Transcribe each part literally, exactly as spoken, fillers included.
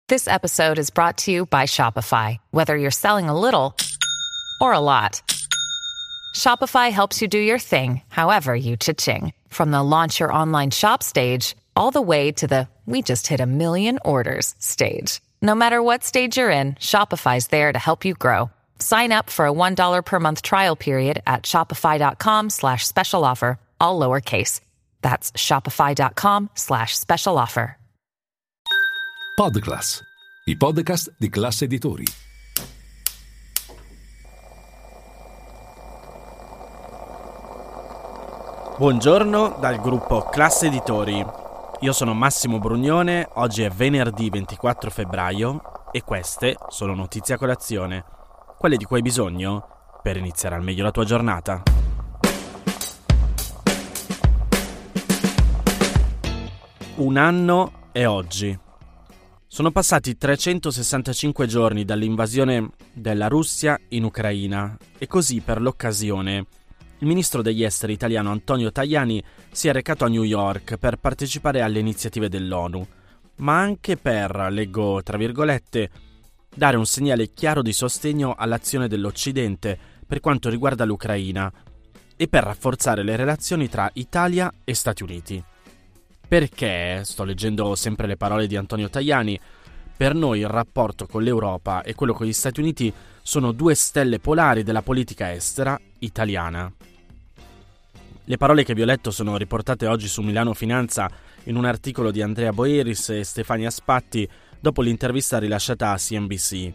This episode is brought to you by Shopify. Whether you're selling a little or a lot, Shopify helps you do your thing, however you cha-ching. From the launch your online shop stage, all the way to the we just hit a million orders stage. No matter what stage you're in, Shopify's there to help you grow. Sign up for a one dollar per month trial period at shopify.com slash special offer, all lowercase. That's shopify.com slash special offer. Podclass, i podcast di Classe Editori. Buongiorno dal gruppo Classe Editori. Io sono Massimo Brugnone, oggi è venerdì ventiquattro febbraio e queste sono notizie a colazione, quelle di cui hai bisogno per iniziare al meglio la tua giornata. Un anno e oggi. Sono passati trecentosessantacinque giorni dall'invasione della Russia in Ucraina e così per l'occasione il ministro degli esteri italiano Antonio Tajani si è recato a New York per partecipare alle iniziative dell'ONU, ma anche per, leggo tra virgolette, dare un segnale chiaro di sostegno all'azione dell'Occidente per quanto riguarda l'Ucraina e per rafforzare le relazioni tra Italia e Stati Uniti. Perché, sto leggendo sempre le parole di Antonio Tajani, per noi il rapporto con l'Europa e quello con gli Stati Uniti sono due stelle polari della politica estera italiana. Le parole che vi ho letto sono riportate oggi su Milano Finanza in un articolo di Andrea Boeris e Stefania Spatti dopo l'intervista rilasciata a C N B C.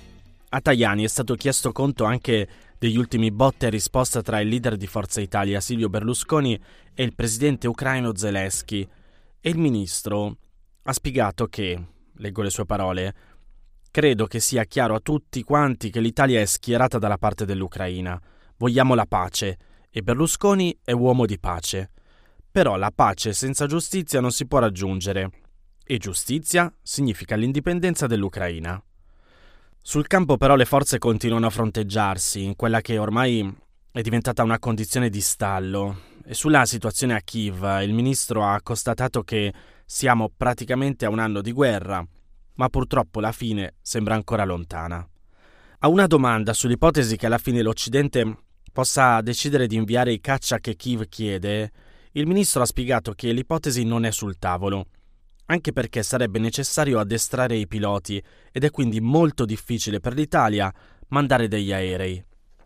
A Tajani è stato chiesto conto anche degli ultimi botte e risposta tra il leader di Forza Italia Silvio Berlusconi e il presidente ucraino Zelensky, e il ministro ha spiegato che, leggo le sue parole, credo che sia chiaro a tutti quanti che l'Italia è schierata dalla parte dell'Ucraina. Vogliamo la pace e Berlusconi è uomo di pace. Però la pace senza giustizia non si può raggiungere e giustizia significa l'indipendenza dell'Ucraina. Sul campo però le forze continuano a fronteggiarsi in quella che ormai è diventata una condizione di stallo. E sulla situazione a Kiev il ministro ha constatato che siamo praticamente a un anno di guerra, ma purtroppo la fine sembra ancora lontana. A una domanda sull'ipotesi che alla fine l'Occidente possa decidere di inviare i caccia che Kiev chiede, il ministro ha spiegato che l'ipotesi non è sul tavolo, anche perché sarebbe necessario addestrare i piloti ed è quindi molto difficile per l'Italia mandare degli aerei.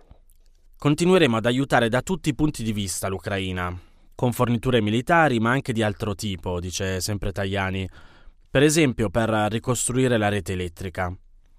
Continueremo ad aiutare da tutti i punti di vista l'Ucraina, con forniture militari ma anche di altro tipo, dice sempre Tajani, per esempio per ricostruire la rete elettrica.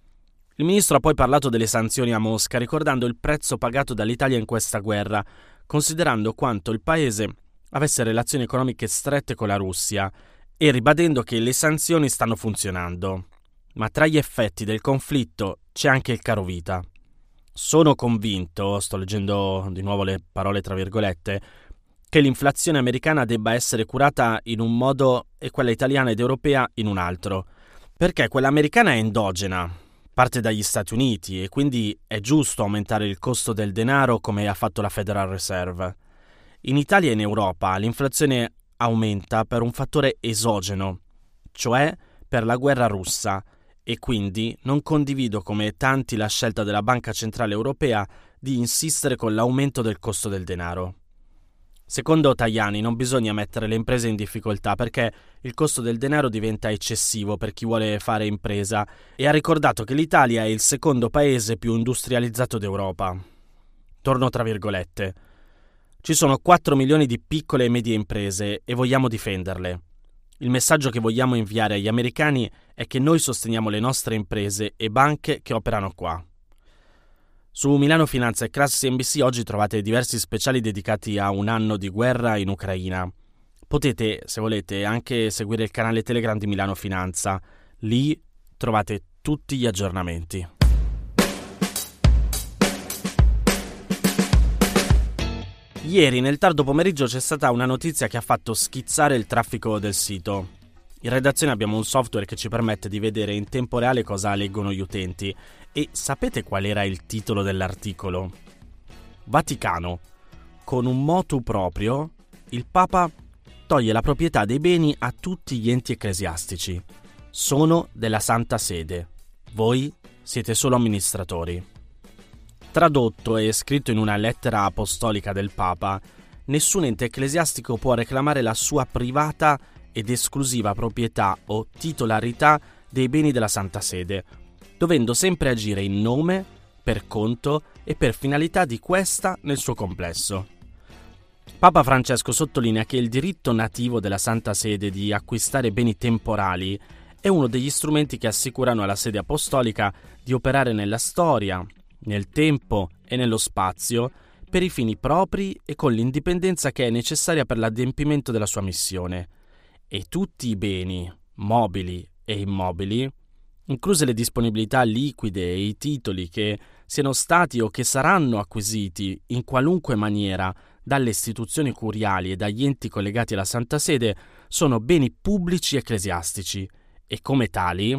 Il ministro ha poi parlato delle sanzioni a Mosca, ricordando il prezzo pagato dall'Italia in questa guerra, considerando quanto il paese avesse relazioni economiche strette con la Russia e ribadendo che le sanzioni stanno funzionando. Ma tra gli effetti del conflitto c'è anche il carovita. Sono convinto, sto leggendo di nuovo le parole tra virgolette, che l'inflazione americana debba essere curata in un modo e quella italiana ed europea in un altro, perché quella americana è endogena, parte dagli Stati Uniti e quindi è giusto aumentare il costo del denaro come ha fatto la Federal Reserve. In Italia e in Europa l'inflazione aumenta per un fattore esogeno, cioè per la guerra russa, e quindi non condivido come tanti la scelta della Banca Centrale Europea di insistere con l'aumento del costo del denaro. Secondo Tajani non bisogna mettere le imprese in difficoltà perché il costo del denaro diventa eccessivo per chi vuole fare impresa e ha ricordato che l'Italia è il secondo paese più industrializzato d'Europa. Torno tra virgolette. Ci sono quattro milioni di piccole e medie imprese e vogliamo difenderle. Il messaggio che vogliamo inviare agli americani è che noi sosteniamo le nostre imprese e banche che operano qua. Su Milano Finanza e Classe N B C oggi trovate diversi speciali dedicati a un anno di guerra in Ucraina. Potete, se volete, anche seguire il canale Telegram di Milano Finanza. Lì trovate tutti gli aggiornamenti. Ieri nel tardo pomeriggio c'è stata una notizia che ha fatto schizzare il traffico del sito. In redazione abbiamo un software che ci permette di vedere in tempo reale cosa leggono gli utenti. E sapete qual era il titolo dell'articolo? Vaticano. Con un motu proprio, il Papa toglie la proprietà dei beni a tutti gli enti ecclesiastici. sono della Santa Sede. Voi siete solo amministratori. Tradotto e scritto in una lettera apostolica del Papa, nessun ente ecclesiastico può reclamare la sua privata ed esclusiva proprietà o titolarità dei beni della Santa Sede, dovendo sempre agire in nome, per conto e per finalità di questa nel suo complesso. Papa Francesco sottolinea che il diritto nativo della Santa Sede di acquistare beni temporali è uno degli strumenti che assicurano alla Sede Apostolica di operare nella storia, nel tempo e nello spazio per i fini propri e con l'indipendenza che è necessaria per l'adempimento della sua missione. E tutti i beni, mobili e immobili, incluse le disponibilità liquide e i titoli che siano stati o che saranno acquisiti in qualunque maniera dalle istituzioni curiali e dagli enti collegati alla Santa Sede, sono beni pubblici ecclesiastici e come tali,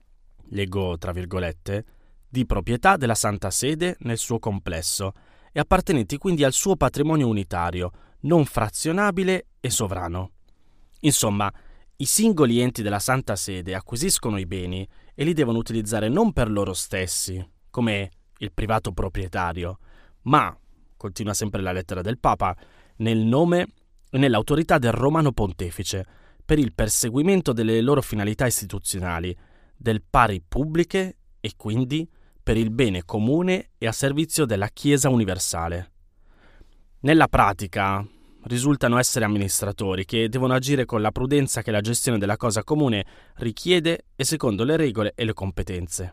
leggo tra virgolette, di proprietà della Santa Sede nel suo complesso e appartenenti quindi al suo patrimonio unitario, non frazionabile e sovrano. Insomma, i singoli enti della Santa Sede acquisiscono i beni e li devono utilizzare non per loro stessi, come il privato proprietario, ma, continua sempre la lettera del Papa, nel nome e nell'autorità del Romano Pontefice, per il perseguimento delle loro finalità istituzionali, del pari pubbliche e quindi per il bene comune e a servizio della Chiesa universale. Nella pratica risultano essere amministratori che devono agire con la prudenza che la gestione della cosa comune richiede e secondo le regole e le competenze.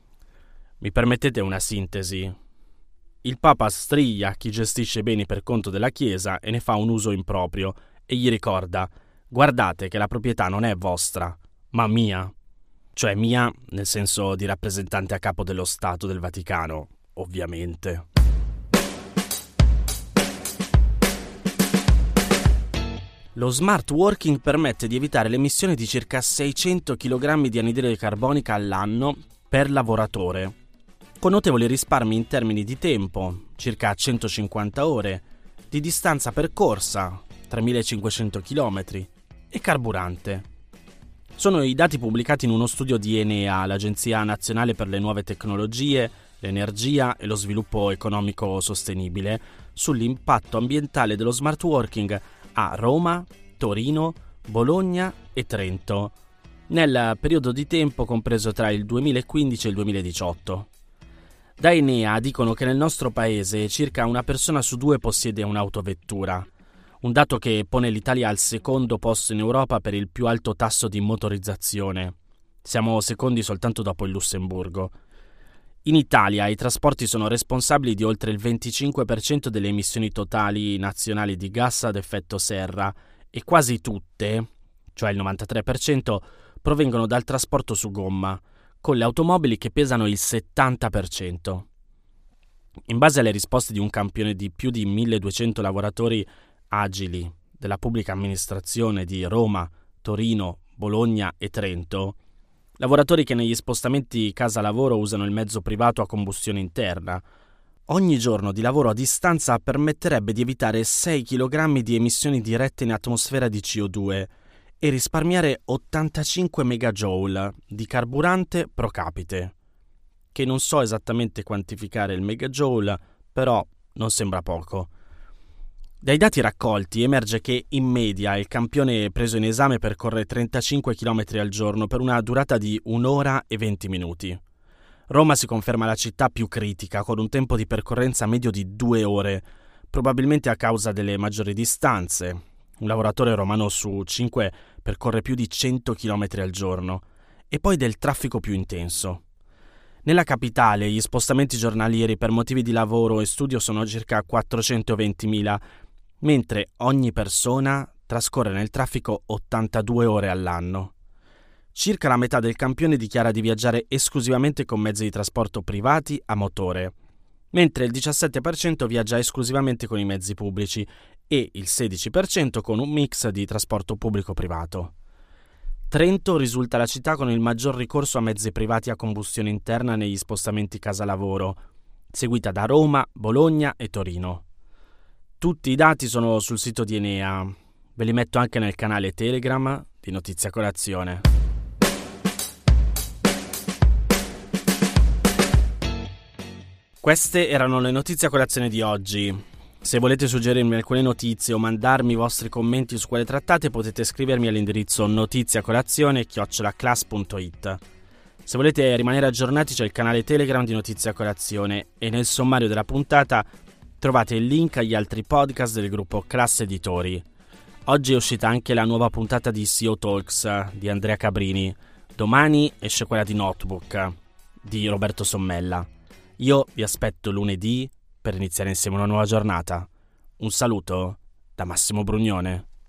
Mi permettete una sintesi? Il Papa striglia chi gestisce beni per conto della Chiesa e ne fa un uso improprio e gli ricorda: guardate che la proprietà non è vostra, ma mia. Cioè mia nel senso di rappresentante a capo dello Stato del Vaticano, ovviamente. Lo smart working permette di evitare l'emissione di circa seicento chilogrammi di anidride carbonica all'anno per lavoratore, con notevoli risparmi in termini di tempo, circa centocinquanta ore, di distanza percorsa, tremilacinquecento chilometri, e carburante. Sono i dati pubblicati in uno studio di Enea, l'Agenzia Nazionale per le Nuove Tecnologie, l'Energia e lo Sviluppo Economico Sostenibile, sull'impatto ambientale dello smart working a Roma, Torino, Bologna e Trento, nel periodo di tempo compreso tra il duemilaquindici e il duemiladiciotto. Da Enea dicono che nel nostro paese circa una persona su due possiede un'autovettura, un dato che pone l'Italia al secondo posto in Europa per il più alto tasso di motorizzazione. Siamo secondi soltanto dopo il Lussemburgo. In Italia i trasporti sono responsabili di oltre il venticinque per cento delle emissioni totali nazionali di gas ad effetto serra e quasi tutte, cioè il novantatré per cento, provengono dal trasporto su gomma, con le automobili che pesano il settanta per cento. In base alle risposte di un campione di più di milleduecento lavoratori agili della pubblica amministrazione di Roma, Torino, Bologna e Trento, lavoratori che negli spostamenti casa-lavoro usano il mezzo privato a combustione interna, ogni giorno di lavoro a distanza permetterebbe di evitare sei chilogrammi di emissioni dirette in atmosfera di C O due e risparmiare ottantacinque megajoule di carburante pro capite, che non so esattamente quantificare il megajoule, però non sembra poco. Dai dati raccolti emerge che in media il campione preso in esame percorre trentacinque chilometri al giorno per una durata di un'ora e venti minuti. Roma si conferma la città più critica, con un tempo di percorrenza medio di due ore, probabilmente a causa delle maggiori distanze. Un lavoratore romano su cinque percorre più di cento chilometri al giorno, e poi del traffico più intenso. Nella capitale gli spostamenti giornalieri per motivi di lavoro e studio sono circa quattrocentoventimila, mentre ogni persona trascorre nel traffico ottantadue ore all'anno. Circa la metà del campione dichiara di viaggiare esclusivamente con mezzi di trasporto privati a motore, mentre il diciassette per cento viaggia esclusivamente con i mezzi pubblici e il sedici per cento con un mix di trasporto pubblico-privato. Trento risulta la città con il maggior ricorso a mezzi privati a combustione interna negli spostamenti casa-lavoro, seguita da Roma, Bologna e Torino. Tutti i dati sono sul sito di Enea, ve li metto anche nel canale Telegram di Notizia Colazione. Queste erano le notizie a colazione di oggi. Se volete suggerirmi alcune notizie o mandarmi i vostri commenti su quelle trattate, potete scrivermi all'indirizzo notiziacolazione chiocciola class punto it. Se volete rimanere aggiornati c'è il canale Telegram di Notizie a Colazione e nel sommario della puntata trovate il link agli altri podcast del gruppo Class Editori. Oggi è uscita anche la nuova puntata di S E O Talks di Andrea Cabrini. Domani esce quella di Notebook di Roberto Sommella. Io vi aspetto lunedì per iniziare insieme una nuova giornata. Un saluto da Massimo Brugnone.